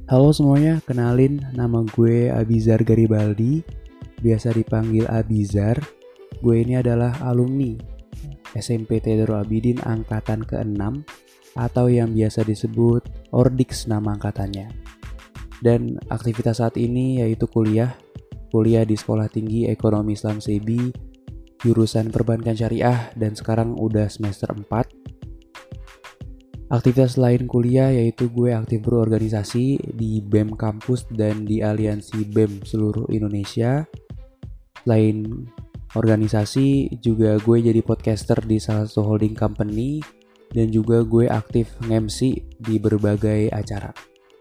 Halo semuanya, kenalin nama gue Abizar Garibaldi, biasa dipanggil Abizar. Gue ini adalah alumni SMP Theodor Abidin angkatan ke-6 atau yang biasa disebut Ordix nama angkatannya. Dan aktivitas saat ini yaitu kuliah di Sekolah Tinggi Ekonomi Islam SEBI, jurusan Perbankan Syariah, dan sekarang udah semester 4. Aktivitas lain kuliah yaitu gue aktif berorganisasi di BEM kampus dan di aliansi BEM seluruh Indonesia. Selain organisasi juga gue jadi podcaster di salah satu holding company dan juga gue aktif nge-MC di berbagai acara.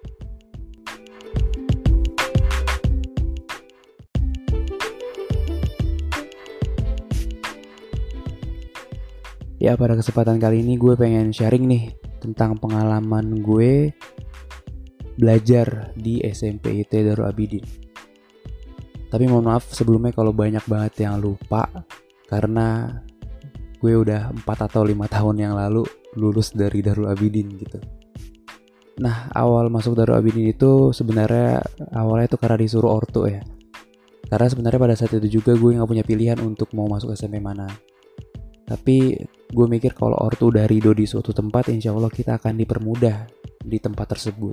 Ya, pada kesempatan kali ini gue pengen sharing nih tentang pengalaman gue belajar di SMP Theodor Abidin. Tapi mohon maaf sebelumnya kalau banyak banget yang lupa, karena gue udah 4 atau 5 tahun yang lalu lulus dari Darul Abidin gitu. Nah, awal masuk Darul Abidin itu sebenarnya awalnya itu karena disuruh ortu ya. Karena sebenarnya pada saat itu juga gue gak punya pilihan untuk mau masuk SMP mana. Tapi gue mikir kalau ortu udah ridho di suatu tempat, insya Allah kita akan dipermudah di tempat tersebut.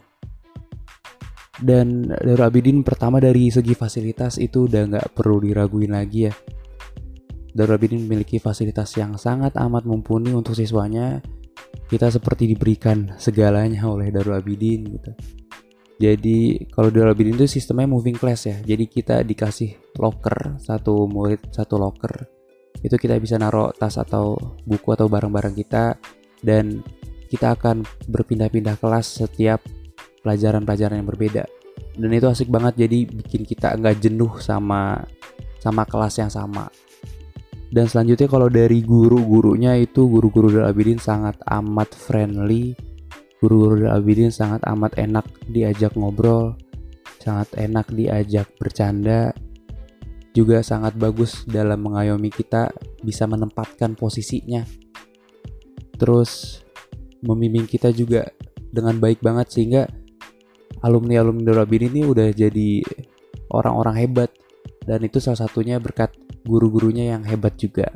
Dan Darul Abidin pertama dari segi fasilitas itu udah gak perlu diraguin lagi ya. Darul Abidin memiliki fasilitas yang sangat amat mumpuni untuk siswanya. Kita seperti diberikan segalanya oleh Darul Abidin gitu. Jadi kalau Darul Abidin itu sistemnya moving class ya. Jadi kita dikasih locker, satu murid satu locker. Itu kita bisa naruh tas atau buku atau barang-barang kita, dan kita akan berpindah-pindah kelas setiap pelajaran-pelajaran yang berbeda. Dan itu asik banget, jadi bikin kita nggak jenuh sama kelas yang sama. Dan selanjutnya kalau dari guru-gurunya itu guru-guru Darul Abidin sangat amat friendly. Guru-guru Darul Abidin sangat amat enak diajak ngobrol, sangat enak diajak bercanda. Juga sangat bagus dalam mengayomi kita bisa menempatkan posisinya. Terus membimbing kita juga dengan baik banget, sehingga alumni-alumni Darul Abidin ini udah jadi orang-orang hebat. Dan itu salah satunya berkat guru-gurunya yang hebat juga.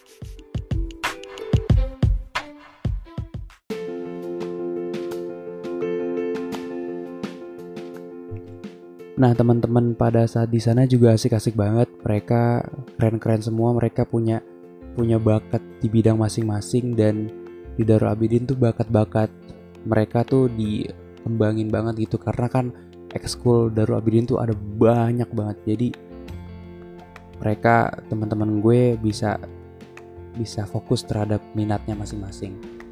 Nah, teman-teman pada saat di sana juga asik-asik banget. Mereka keren-keren semua. Mereka punya bakat di bidang masing-masing, dan di Darul Abidin tuh bakat-bakat mereka tuh dikembangin banget gitu. Karena kan ekskul Darul Abidin tuh ada banyak banget. Jadi mereka, teman-teman gue bisa fokus terhadap minatnya masing-masing.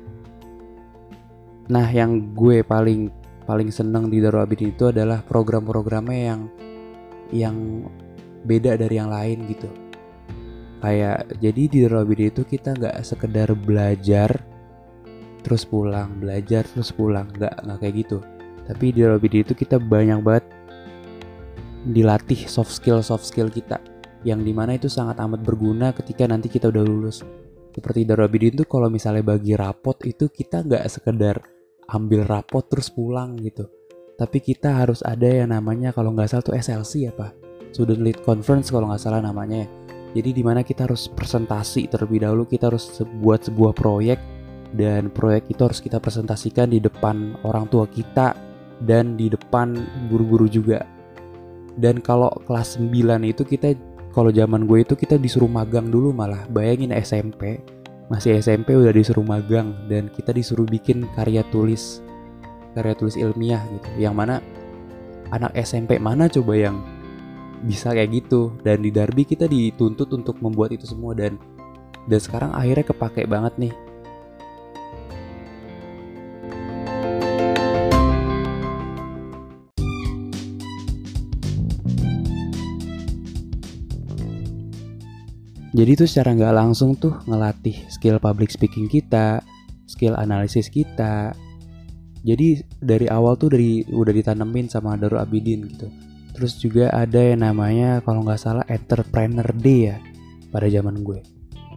Nah, yang gue paling seneng di Darul Abidin itu adalah program-programnya yang beda dari yang lain gitu. Kayak jadi di Darul Abidin itu kita nggak sekedar belajar terus pulang, nggak kayak gitu. Tapi di Darul Abidin itu kita banyak banget dilatih soft skill kita, yang dimana itu sangat amat berguna ketika nanti kita udah lulus. Seperti Darul Abidin tuh kalau misalnya bagi rapot itu kita nggak sekedar ambil rapot terus pulang gitu, tapi kita harus ada yang namanya, kalau nggak salah tuh SLC apa, Student Lead Conference kalau nggak salah namanya. Jadi dimana kita harus presentasi terlebih dahulu, kita harus buat sebuah proyek, dan proyek itu harus kita presentasikan di depan orang tua kita dan di depan guru-guru juga. Dan kalau kelas 9 itu kita, kalau zaman gue itu kita disuruh magang dulu malah. Bayangin masih SMP udah disuruh magang, dan kita disuruh bikin karya tulis ilmiah gitu. Yang mana anak SMP mana coba yang bisa kayak gitu. Dan di Darbi kita dituntut untuk membuat itu semua, dan sekarang akhirnya kepake banget nih. Jadi tuh secara gak langsung tuh ngelatih skill public speaking kita, skill analisis kita. Jadi dari awal tuh udah ditanemin sama Darul Abidin gitu. Terus juga ada yang namanya kalau gak salah Entrepreneur Day ya pada zaman gue.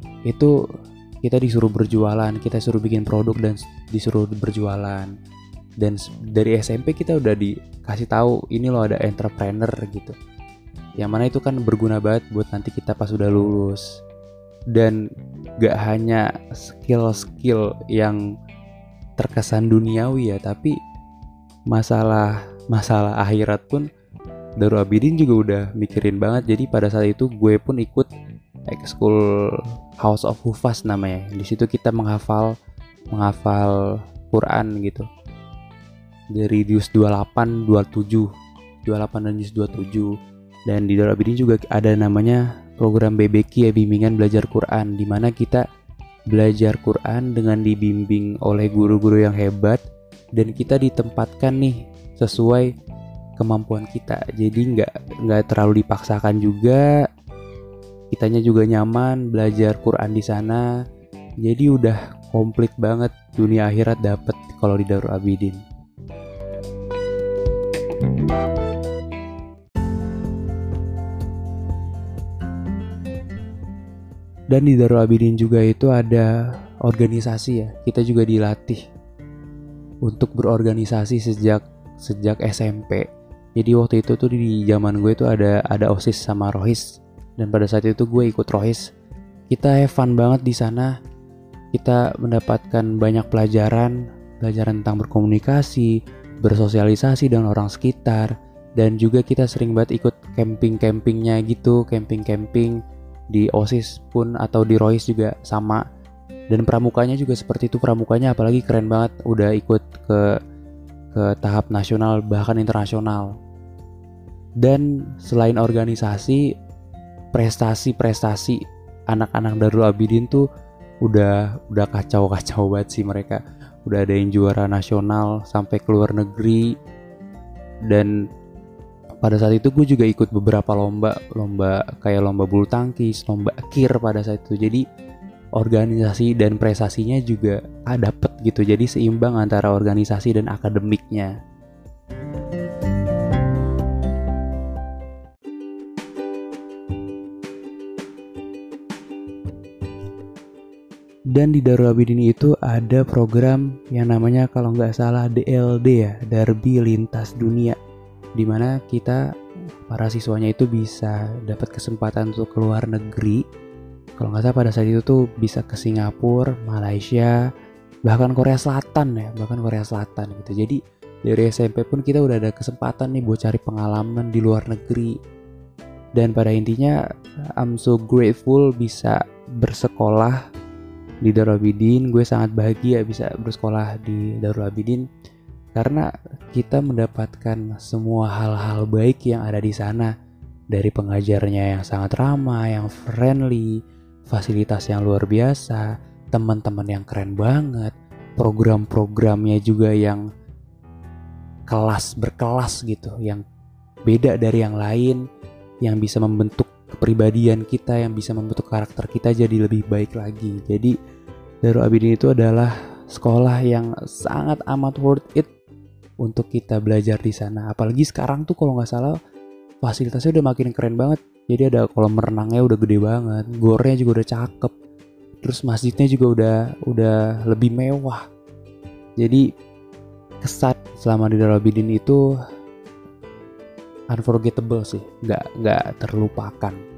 Itu kita disuruh berjualan, kita suruh bikin produk dan disuruh berjualan. Dan dari SMP kita udah dikasih tahu ini loh ada entrepreneur gitu. Yang mana itu kan berguna banget buat nanti kita pas udah lulus. Dan gak hanya skill-skill yang terkesan duniawi ya, tapi masalah akhirat pun Darul Abidin juga udah mikirin banget. Jadi pada saat itu gue pun ikut ekskul House of Hufaz namanya. Di situ kita menghafal Quran gitu. Dari juz 28, 27, 28 dan juz 27. Dan di Darul Abidin juga ada namanya program BBQ ya, bimbingan belajar Quran, di mana kita belajar Quran dengan dibimbing oleh guru-guru yang hebat dan kita ditempatkan nih sesuai kemampuan kita. Jadi nggak terlalu dipaksakan juga. Kitanya juga nyaman belajar Quran di sana. Jadi udah komplit banget, dunia akhirat dapet kalau di Darul Abidin. Dan di Darul Abidin juga itu ada organisasi ya. Kita juga dilatih untuk berorganisasi sejak SMP. Jadi waktu itu tuh di zaman gue itu ada OSIS sama ROHIS. Dan pada saat itu gue ikut ROHIS. Kita have fun banget di sana. Kita mendapatkan banyak pelajaran tentang berkomunikasi, bersosialisasi dengan orang sekitar, dan juga kita sering banget ikut camping-campingnya gitu, camping di OSIS pun atau di ROHIS juga sama. Dan pramukanya juga seperti itu, pramukanya apalagi keren banget, udah ikut ke tahap nasional bahkan internasional. Dan selain organisasi, prestasi anak-anak Darul Abidin tuh udah kacau banget sih mereka. Udah ada yang juara nasional sampai ke luar negeri. Dan pada saat itu gue juga ikut beberapa lomba kayak lomba bulu tangkis, lomba kir pada saat itu. Jadi organisasi dan prestasinya juga dapet gitu. Jadi seimbang antara organisasi dan akademiknya. Dan di Darul Abidin itu ada program yang namanya kalau nggak salah DLD ya, Derby Lintas Dunia, dimana kita para siswanya itu bisa dapat kesempatan untuk keluar negeri. Kalau nggak salah pada saat itu tuh bisa ke Singapura, Malaysia, bahkan Korea Selatan gitu. Jadi dari SMP pun kita udah ada kesempatan nih buat cari pengalaman di luar negeri. Dan pada intinya I'm so grateful bisa bersekolah di Darul Abidin. Gue sangat bahagia bisa bersekolah di Darul Abidin karena kita mendapatkan semua hal-hal baik yang ada di sana. Dari pengajarnya yang sangat ramah, yang friendly, fasilitas yang luar biasa, teman-teman yang keren banget, program-programnya juga yang berkelas gitu, yang beda dari yang lain, yang bisa membentuk kepribadian kita, yang bisa membentuk karakter kita jadi lebih baik lagi. Jadi Darul Abidin itu adalah sekolah yang sangat amat worth it untuk kita belajar di sana. Apalagi sekarang tuh kalau nggak salah fasilitasnya udah makin keren banget. Jadi ada kolam renangnya udah gede banget, gornya juga udah cakep, terus masjidnya juga udah lebih mewah. Jadi kesan selama di Darul Abidin itu unforgettable sih, nggak terlupakan.